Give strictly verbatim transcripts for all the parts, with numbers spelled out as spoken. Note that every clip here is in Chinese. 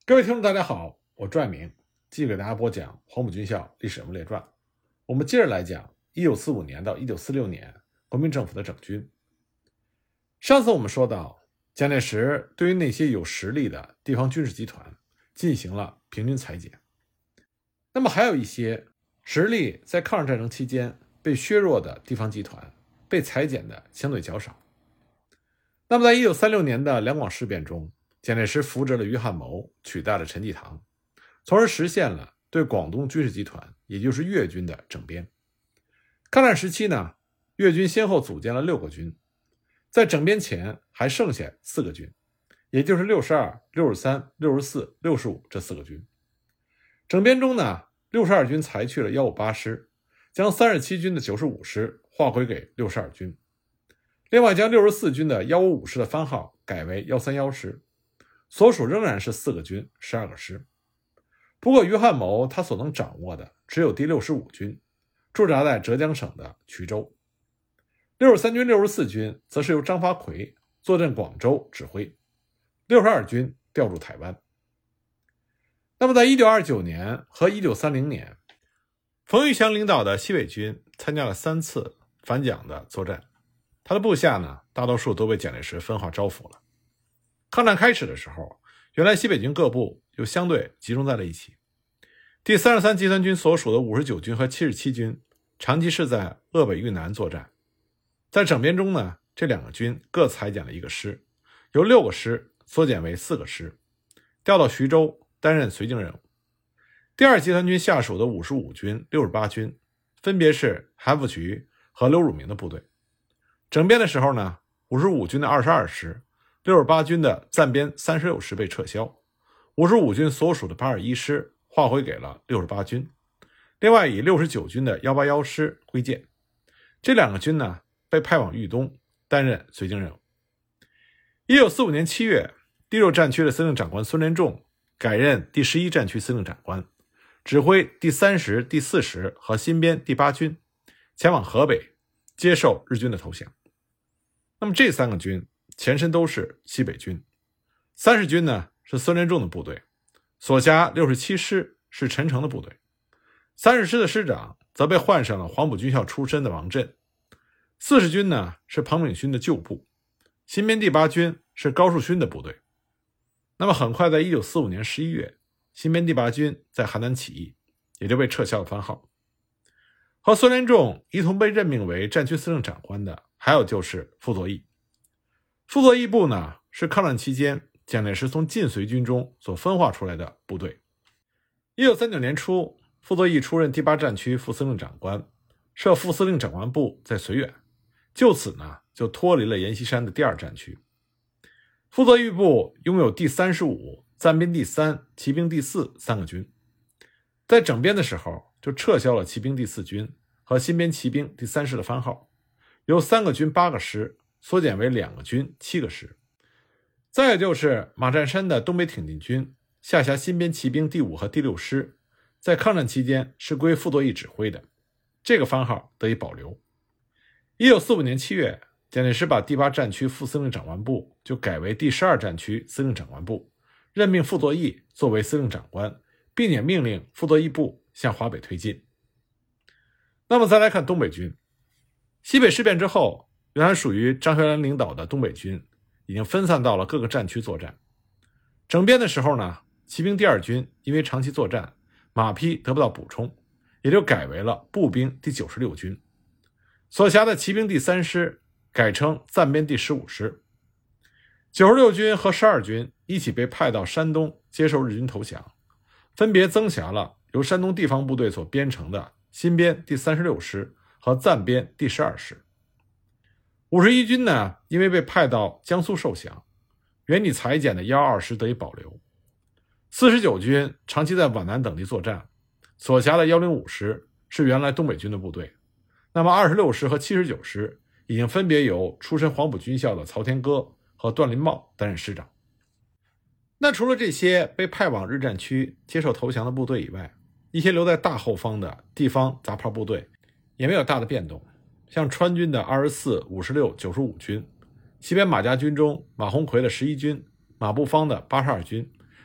各位听众大家好，我拽明继续给大家播讲黄埔军校历史人物列传。我们接着来讲一九四五年到一九四六年国民政府的整军。上次我们说到，蒋介石对于那些有实力的地方军事集团进行了平均裁减，那么还有一些实力在抗日战争期间被削弱的地方集团被裁减的相对较少。那么在一九三六年的两广事变中，蒋介石扶植了余汉谋，取代了陈济棠，从而实现了对广东军事集团，也就是粤军的整编。抗战时期呢，粤军先后组建了六个军，在整编前还剩下四个军，也就是六十二、六十三、六十四、六十五这四个军。整编中呢，六十二军裁去了一五八师，将三十七军的九十五师划归给六十二军，另外将六十四军的一五五师的番号改为一三一师，所属仍然是四个军十二个师。不过余汉谋他所能掌握的只有第六十五军，驻扎在浙江省的衢州。六十三军、六十四军则是由张发奎坐镇广州指挥，六十二军调驻台湾。那么在一九二九年和一九三零年，冯玉祥领导的西北军参加了三次反蒋的作战，他的部下呢，大多数都被蒋介石分化招抚了。抗战开始的时候，原来西北军各部就相对集中在了一起。第三十三集团军所属的五十九军和七十七军长期是在鄂北豫南作战。在整编中呢，这两个军各裁减了一个师，由六个师缩减为四个师，调到徐州担任绥靖任务。第二集团军下属的五十五军、六十八军分别是韩复榘和刘汝明的部队。整编的时候呢，五十五军的二十二师、六十八军的暂编三十六师被撤销，五十五军所属的八十一师划回给了六十八军，另外以六十九军的一八一师归建。这两个军呢，被派往豫东担任绥靖任务。一九四五年七月，第六战区的司令长官孙连仲改任第十一战区司令长官，指挥第三十、第四十和新编第八军前往河北接受日军的投降。那么这三个军前身都是西北军，三十军呢是孙连仲的部队，所辖六十七师是陈诚的部队，三十师的师长则被换上了黄埔军校出身的王震，四十军呢是彭炳勋的旧部，新编第八军是高树勋的部队。那么很快在一九四五年十一月，新编第八军在邯郸起义，也就被撤销了番号。和孙连仲一同被任命为战区司令长官的还有就是傅作义。傅作义部呢，是抗战期间蒋介石从晋绥军中所分化出来的部队。一九三九年初，傅作义出任第八战区副司令长官，设副司令长官部在绥远，就此呢就脱离了阎锡山的第二战区。傅作义部拥有第三十五、暂编第三、骑兵第四三个军，在整编的时候就撤销了骑兵第四军和新编骑兵第三师的番号，由三个军八个师缩减为两个军七个师。再有就是马占山的东北挺进军下辖新编骑兵第五和第六师，在抗战期间是归傅作义指挥的，这个番号得以保留。一九四五年七月，蒋介石把第八战区副司令长官部就改为第十二战区司令长官部，任命傅作义作为司令长官，并且命令傅作义部向华北推进。那么再来看东北军。西北事变之后，原来属于张学良领导的东北军已经分散到了各个战区作战。整编的时候呢，骑兵第二军因为长期作战，马匹得不到补充，也就改为了步兵第九十六军，所辖的骑兵第三师改称暂编第十五师。九十六军和十二军一起被派到山东接受日军投降，分别增辖了由山东地方部队所编成的新编第三十六师和暂编第十二师。五十一军呢，因为被派到江苏受降，原拟裁减的一二二师得以保留。四十九军长期在皖南等地作战，所辖的一零五师是原来东北军的部队。那么二十六师和七十九师已经分别由出身黄埔军校的曹天歌和段林茂担任师长。那除了这些被派往日战区接受投降的部队以外，一些留在大后方的地方杂炮部队也没有大的变动，像川军的二十四、五十六、九十五军，西边马家军中马鸿逵的十一军，马步芳的八十二军，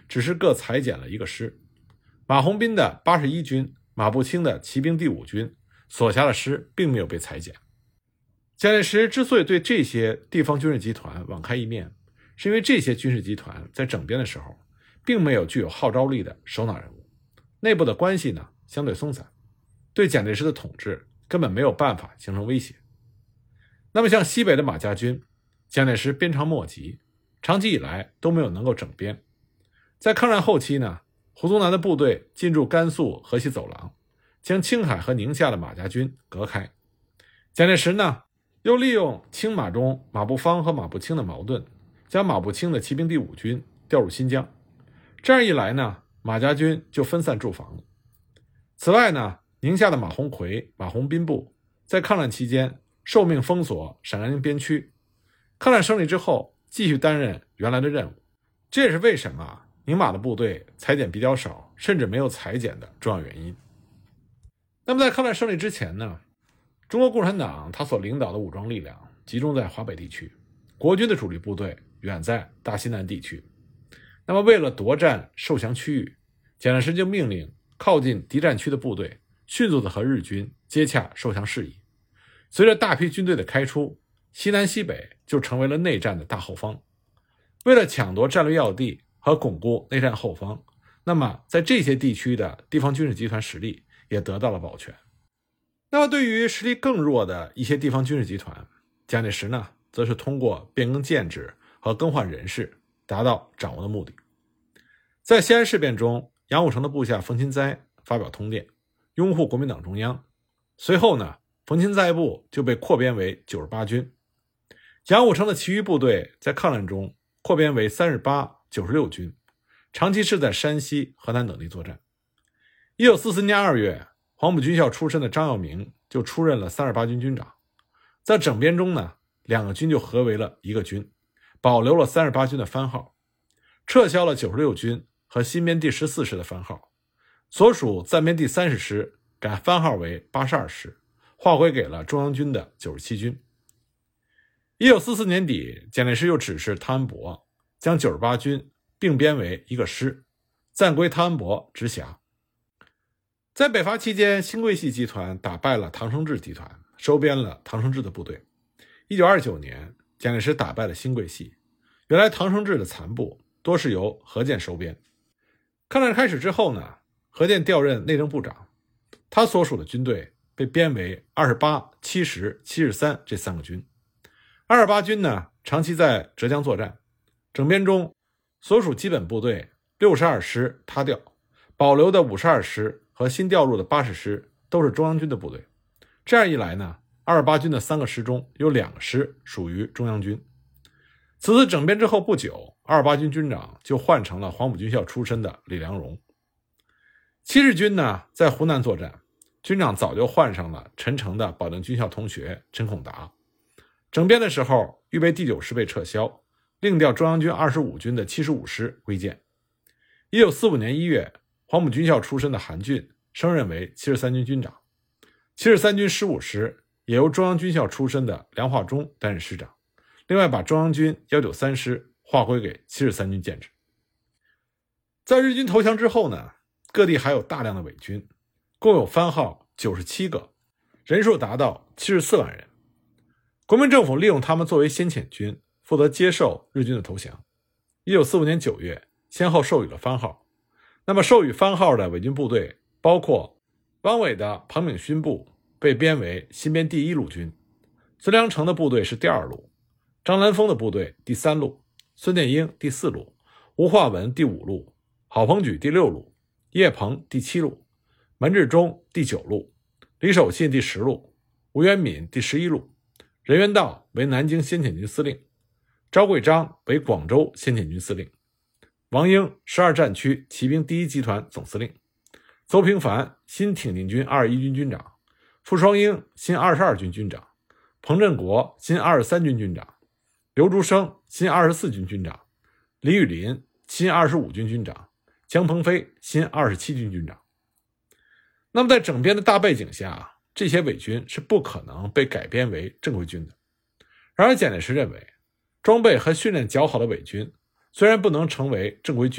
只是各裁减了一个师。马鸿宾的八十一军、马步青的骑兵第五军所辖的师并没有被裁减。蒋介石之所以对这些地方军事集团网开一面，是因为这些军事集团在整编的时候并没有具有号召力的首脑人物，内部的关系呢相对松散，对蒋介石的统治根本没有办法形成威胁。那么像西北的马家军，蒋介石鞭长莫及，长期以来都没有能够整编。在抗战后期呢，胡宗南的部队进驻甘肃河西走廊，将青海和宁夏的马家军隔开。蒋介石呢又利用青马中马步芳和马步青的矛盾，将马步青的骑兵第五军调入新疆。这样一来呢，马家军就分散驻防了。此外呢，宁夏的马鸿逵、马鸿宾部在抗战期间受命封锁陕甘宁边区，抗战胜利之后继续担任原来的任务。这也是为什么宁马的部队裁减比较少，甚至没有裁减的重要原因。那么在抗战胜利之前呢，中国共产党他所领导的武装力量集中在华北地区，国军的主力部队远在大西南地区。那么为了夺占受降区域，蒋介石就命令靠近敌占区的部队迅速地和日军接洽受降事宜。随着大批军队的开出，西南西北就成为了内战的大后方。为了抢夺战略要地和巩固内战后方，那么在这些地区的地方军事集团实力也得到了保全。那么对于实力更弱的一些地方军事集团，蒋介石呢则是通过变更建制和更换人事达到掌握的目的。在西安事变中，杨虎城的部下冯钦哉发表通电，拥护国民党中央。随后呢，冯钦哉部就被扩编为九十八军。杨虎城的其余部队在抗战中扩编为三十八、九十六军，长期是在山西、河南等地作战。一九四四年二月，黄埔军校出身的张耀明就出任了三十八军军长。在整编中呢，两个军就合为了一个军，保留了三十八军的番号，撤销了九十六军和新编第十四师的番号，所属暂编第三十师改番号为八十二师，划归给了中央军的九十七军。一九四四年底，蒋介石又指示汤恩伯将九十八军并编为一个师，暂归汤恩伯直辖。在北伐期间，新桂系集团打败了唐生智集团，收编了唐生智的部队。一九二九年，蒋介石打败了新桂系，原来唐生智的残部多是由何键收编。抗战开始之后呢，何键调任内政部长，他所属的军队被编为二十八、七十、七十三这三个军。二十八军呢，长期在浙江作战，整编中所属基本部队六十二师他调，保留的五十二师和新调入的八十师都是中央军的部队。这样一来呢，二十八军的三个师中有两个师属于中央军。此次整编之后不久，二十八军军长就换成了黄埔军校出身的李良荣。七十军呢，在湖南作战，军长早就换上了陈诚的保定军校同学陈孔达。整编的时候，预备第九师被撤销，另调中央军二十五军的七十五师归建。一九四五年一月，黄埔军校出身的韩俊升任为七十三军军长，七十三军十五师也由中央军校出身的梁化忠担任师长，另外把中央军一九三师划归给七十三军建制。在日军投降之后呢，各地还有大量的伪军，共有番号九十七个，人数达到七十四万人。国民政府利用他们作为先遣军，负责接受日军的投降。一九四五年九月，先后授予了番号。那么授予番号的伪军部队包括汪伪的庞炳勋部被编为新编第一路军，孙良诚的部队是第二路，张兰峰的部队第三路，孙殿英第四路，吴化文第五路，郝鹏举第六路，叶鹏第七路，门志忠第九路，李守信第十路，吴元敏第十一路，任元道为南京先遣军司令，赵桂章为广州先遣军司令，王英十二战区骑兵第一集团总司令，邹平凡新挺进军二十一军军长，傅双英新二十二军军长，彭振国新二十三军军长，刘竹生新二十四军军长，李宇林新二十五军军长，江鹏飞新二十七军军长。那么在整编的大背景下，这些伪军是不可能被改编为正规军的。然而蒋介石认为，装备和训练较好的伪军虽然不能成为正规军，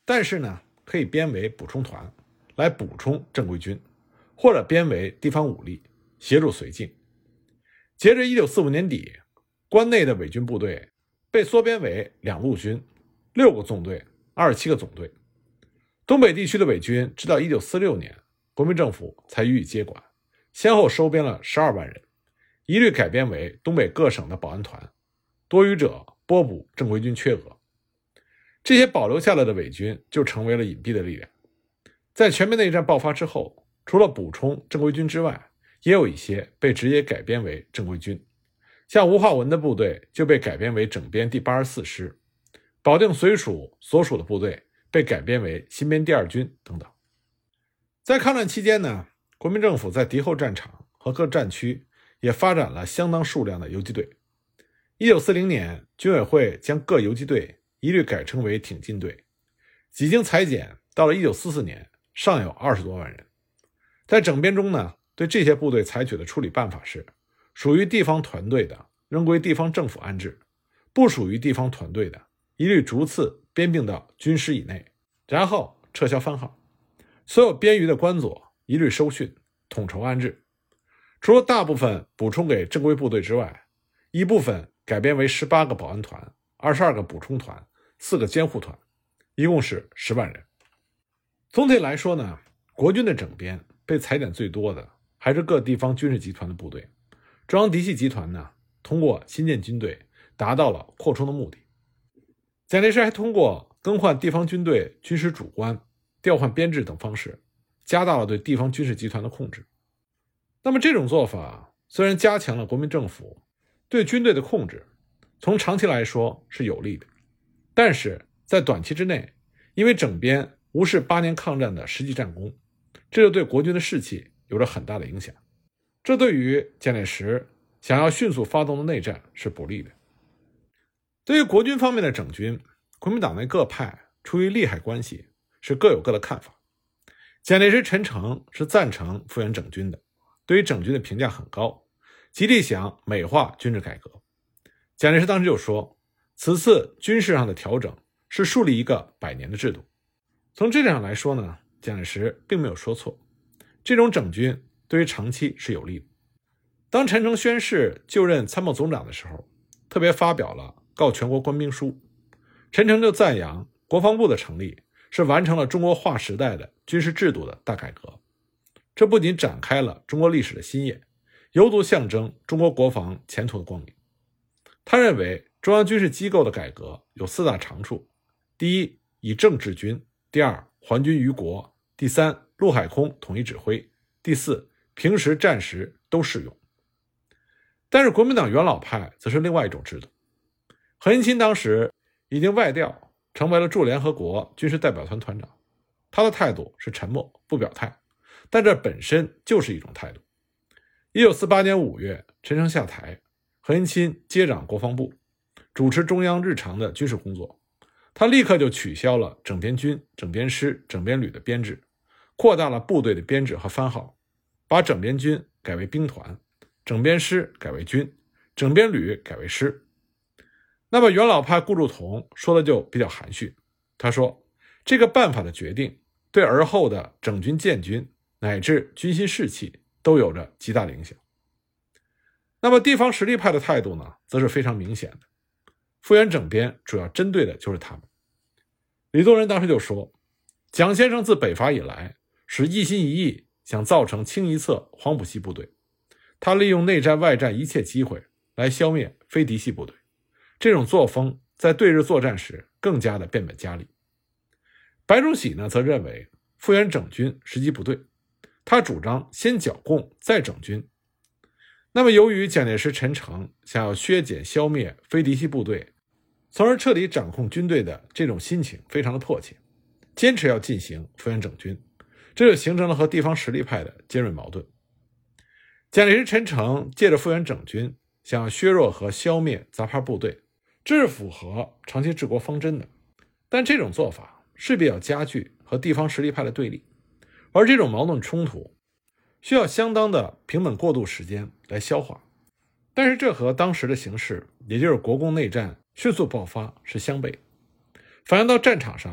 但是呢，可以编为补充团来补充正规军，或者编为地方武力协助绥靖。截至一九四五年底，关内的伪军部队被缩编为两路军、六个纵队、二十七个总队。东北地区的伪军直到一九四六年，国民政府才予以接管，先后收编了十二万人，一律改编为东北各省的保安团，多余者拨补正规军缺额。这些保留下来的伪军就成为了隐蔽的力量。在全面内战爆发之后，除了补充正规军之外，也有一些被直接改编为正规军，像吴化文的部队就被改编为整编第八十四师，保定绥署所属的部队被改编为新编第二军等等。在抗战期间呢，国民政府在敌后战场和各战区也发展了相当数量的游击队。一九四零年，军委会将各游击队一律改称为挺进队。几经裁减，到了一九四四年，尚有二十多万人。在整编中呢，对这些部队采取的处理办法是，属于地方团队的仍归地方政府安置，不属于地方团队的一律逐次编并到军师以内，然后撤销番号。所有编余的官佐一律收训，统筹安置。除了大部分补充给正规部队之外，一部分改编为十八个保安团、二十二个补充团、四个监护团，一共是十万人。总体来说呢，国军的整编被裁减最多的还是各地方军事集团的部队。中央嫡系集团呢，通过新建军队达到了扩充的目的。蒋介石还通过更换地方军队军师主官、调换编制等方式，加大了对地方军事集团的控制。那么这种做法虽然加强了国民政府对军队的控制，从长期来说是有利的，但是在短期之内，因为整编无视八年抗战的实际战功，这就对国军的士气有着很大的影响。这对于蒋介石想要迅速发动的内战是不利的。对于国军方面的整军，国民党内各派出于利害关系是各有各的看法。蒋介石、陈诚是赞成复员整军的，对于整军的评价很高，极力想美化军制改革。蒋介石当时就说，此次军事上的调整是树立一个百年的制度。从这点上来说呢，蒋介石并没有说错，这种整军对于长期是有利的。当陈诚宣誓就任参谋总长的时候，特别发表了告全国官兵书，陈诚就赞扬国防部的成立是完成了中国划时代的军事制度的大改革。这不仅展开了中国历史的新页，犹如象征中国国防前途的光明。他认为中央军事机构的改革有四大长处：第一，以政治军；第二，还军于国；第三，陆海空统一指挥；第四，平时战时都适用。但是国民党元老派则是另外一种制度。何应钦当时已经外调，成为了驻联合国军事代表团团长，他的态度是沉默不表态，但这本身就是一种态度。一九四八年五月，陈诚下台，何应钦接掌国防部，主持中央日常的军事工作。他立刻就取消了整编军、整编师、整编旅的编制，扩大了部队的编制和番号，把整编军改为兵团，整编师改为军，整编旅改为师。那么元老派顾祝同说的就比较含蓄，他说这个办法的决定对而后的整军建军乃至军心士气都有着极大的影响。那么地方实力派的态度呢，则是非常明显的，复员整编主要针对的就是他们。李宗仁当时就说，蒋先生自北伐以来是一心一意想造成清一色黄埔系部队，他利用内战外战一切机会来消灭非嫡系部队，这种作风在对日作战时更加的变本加厉。白崇禧呢，则认为复员整军时机不对，他主张先剿共再整军。那么由于蒋介石、陈诚想要削减消灭非嫡系部队，从而彻底掌控军队的这种心情非常的迫切，坚持要进行复员整军，这就形成了和地方实力派的尖锐矛盾。蒋介石、陈诚借着复员整军想要削弱和消灭杂牌部队，这是符合长期治国方针的，但这种做法势必要加剧和地方实力派的对立，而这种矛盾冲突需要相当的平稳过渡时间来消化。但是这和当时的形势，也就是国共内战迅速爆发是相悖。反映到战场上，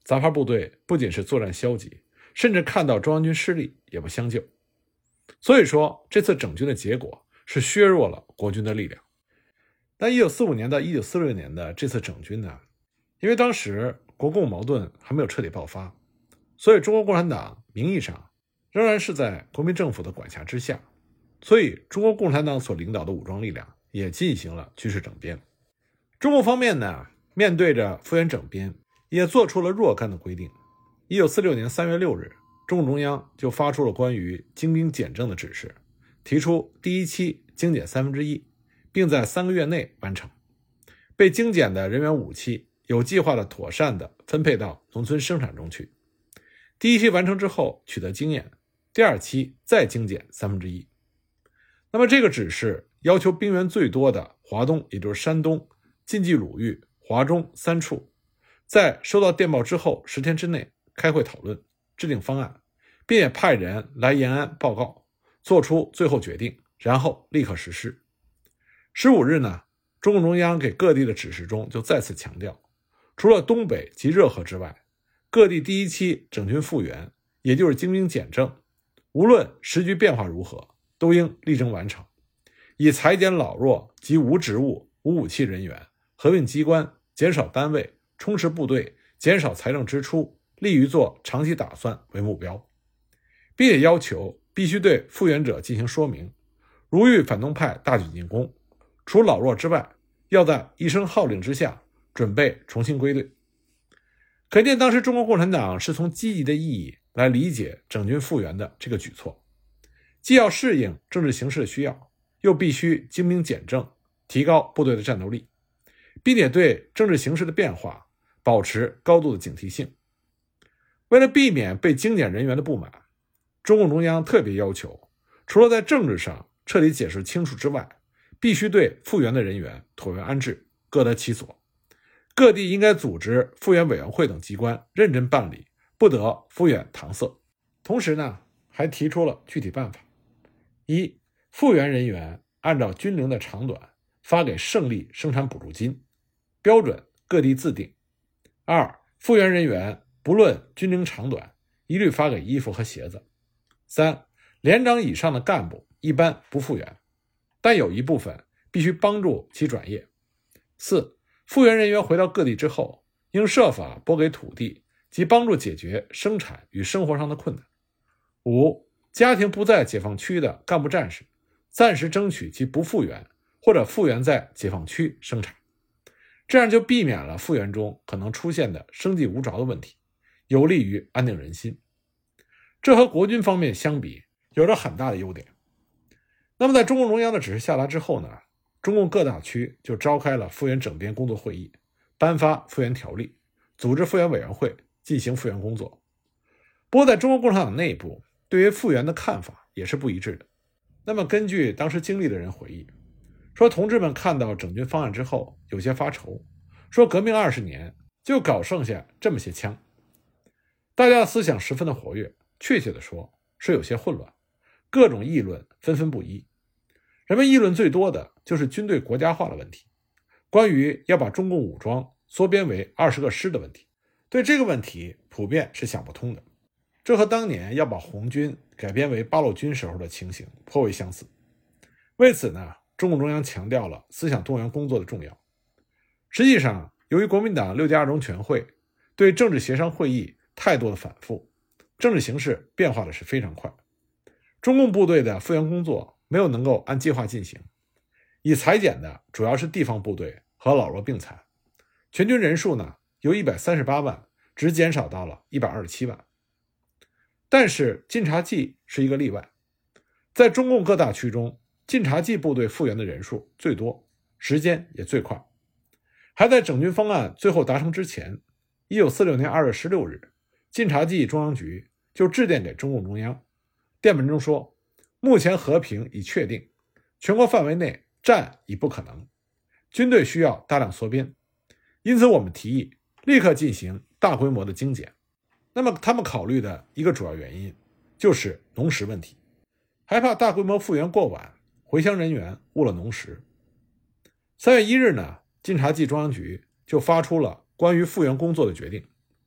杂牌部队不仅是作战消极，甚至看到中央军失利也不相救。所以说，这次整军的结果是削弱了国军的力量。但一九四五年到一九四六年的这次整军呢，因为当时国共矛盾还没有彻底爆发，所以中国共产党名义上仍然是在国民政府的管辖之下，所以中国共产党所领导的武装力量也进行了军事整编。中共方面呢，面对着复员整编，也做出了若干的规定。一九四六年三月六日，中共中央就发出了关于精兵简政的指示，提出第一期精简三分之一，并在三个月内完成。被精简的人员武器有计划的妥善的分配到农村生产中去。第一期完成之后取得经验，第二期再精简三分之一。那么这个指示要求兵员最多的华东，也就是山东、晋冀鲁豫、华中三处，在收到电报之后十天之内开会讨论，制定方案，并且派人来延安报告，做出最后决定，然后立刻实施。十五日呢，中共中央给各地的指示中就再次强调，除了东北及热河之外，各地第一期整军复员，也就是精兵简政，无论时局变化如何，都应力争完成，以裁减老弱及无职务、无武器人员，合并机关，减少单位，充实部队，减少财政支出，利于做长期打算为目标，并且要求必须对复员者进行说明，如遇反动派大举进攻，除老弱之外，要在一声号令之下准备重新归队。可见当时中国共产党是从积极的意义来理解整军复员的这个举措，既要适应政治形势的需要，又必须精兵简政，提高部队的战斗力，并且对政治形势的变化保持高度的警惕性。为了避免被精简人员的不满，中共中央特别要求，除了在政治上彻底解释清楚之外，必须对复员的人员椭圆安置，各得其所。各地应该组织复员委员会等机关认真办理，不得敷衍搪塞。同时呢，还提出了具体办法：一、复员人员按照军龄的长短发给胜利生产补助金，标准各地自定；二、复员人员不论军龄长短，一律发给衣服和鞋子；三、连长以上的干部一般不复员，但有一部分必须帮助其转业；四、复员人员回到各地之后，应设法拨给土地及帮助解决生产与生活上的困难。五、家庭不在解放区的干部战士，暂时争取其不复员，或者复员在解放区生产，这样就避免了复员中可能出现的生计无着的问题，有利于安定人心。这和国军方面相比，有着很大的优点。那么在中共中央的指示下达之后呢，中共各大区就召开了复员整编工作会议，颁发复员条例，组织复员委员会进行复员工作。不过在中国共产党内部，对于复员的看法也是不一致的。那么根据当时经历的人回忆，说同志们看到整军方案之后有些发愁，说革命二十年就搞剩下这么些枪。大家的思想十分的活跃，确切的说是有些混乱，各种议论纷纷不一。人们议论最多的就是军队国家化的问题，关于要把中共武装缩编为二十个师的问题。对这个问题普遍是想不通的，这和当年要把红军改编为八路军时候的情形颇为相似。为此呢，中共中央强调了思想动员工作的重要。实际上，由于国民党六届二中全会对政治协商会议态度的反复，政治形势变化的是非常快，中共部队的复员工作没有能够按计划进行，以裁减的主要是地方部队和老弱病残，全军人数呢由一百三十八万只减少到了一百二十七万。但是晋察冀是一个例外，在中共各大区中，晋察冀部队复员的人数最多，时间也最快。还在整军方案最后达成之前，一九四六年二月十六日，晋察冀中央局就致电给中共中央，电文中说，目前和平已确定，全国范围内战已不可能，军队需要大量缩编，因此我们提议立刻进行大规模的精简。那么他们考虑的一个主要原因就是农时问题，害怕大规模复员过晚，回乡人员误了农时。三月一日呢，晋察冀中央局就发出了关于复员工作的决定，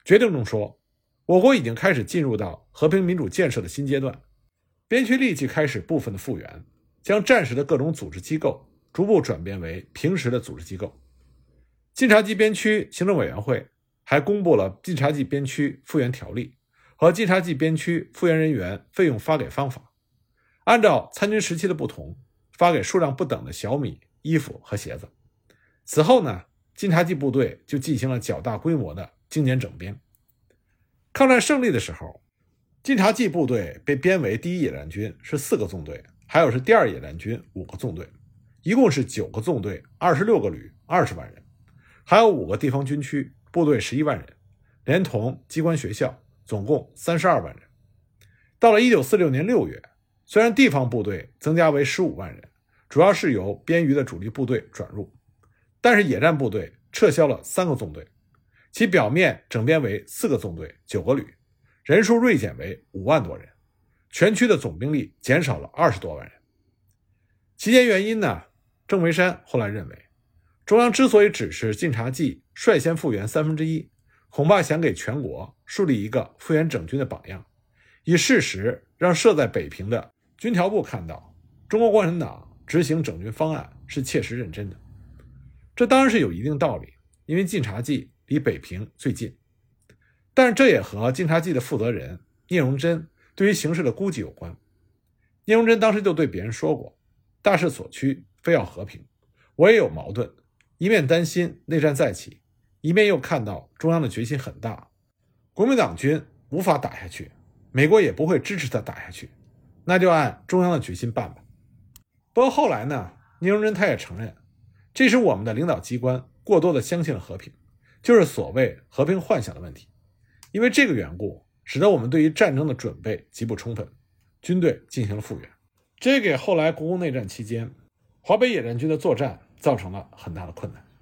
决定中说，我国已经开始进入到和平民主建设的新阶段，边区立即开始部分的复原，将战时的各种组织机构逐步转变为平时的组织机构。晋察冀边区行政委员会还公布了晋察冀边区复员条例和晋察冀边区复员人员费用发给方法，按照参军时期的不同，发给数量不等的小米、衣服和鞋子。此后呢，晋察冀部队就进行了较大规模的精简整编。抗战胜利的时候，晋察冀部队被编为第一野战军是四个纵队，还有是第二野战军五个纵队，一共是九个纵队，二十六个旅，二十万人，还有五个地方军区，部队十一万人，连同机关学校，总共三十二万人。到了一九四六年六月，虽然地方部队增加为十五万人，主要是由边余的主力部队转入，但是野战部队撤销了三个纵队，其表面整编为四个纵队，九个旅，人数锐减为五万多人，全区的总兵力减少了二十多万人。其间原因呢，郑维山后来认为，中央之所以指示晋察冀率先复员三分之一，恐怕想给全国树立一个复员整军的榜样，以事实让设在北平的军调部看到中国共产党执行整军方案是切实认真的。这当然是有一定道理，因为晋察冀离北平最近，但是这也和晋察冀的负责人聂荣臻对于形势的估计有关。聂荣臻当时就对别人说过，大势所趋，非要和平，我也有矛盾，一面担心内战再起，一面又看到中央的决心很大，国民党军无法打下去，美国也不会支持他打下去，那就按中央的决心办吧。不过后来呢，聂荣臻他也承认，这是我们的领导机关过多的相信了和平，就是所谓和平幻想的问题。因为这个缘故，使得我们对于战争的准备极不充分，军队进行了复员，这给后来国共内战期间华北野战军的作战造成了很大的困难。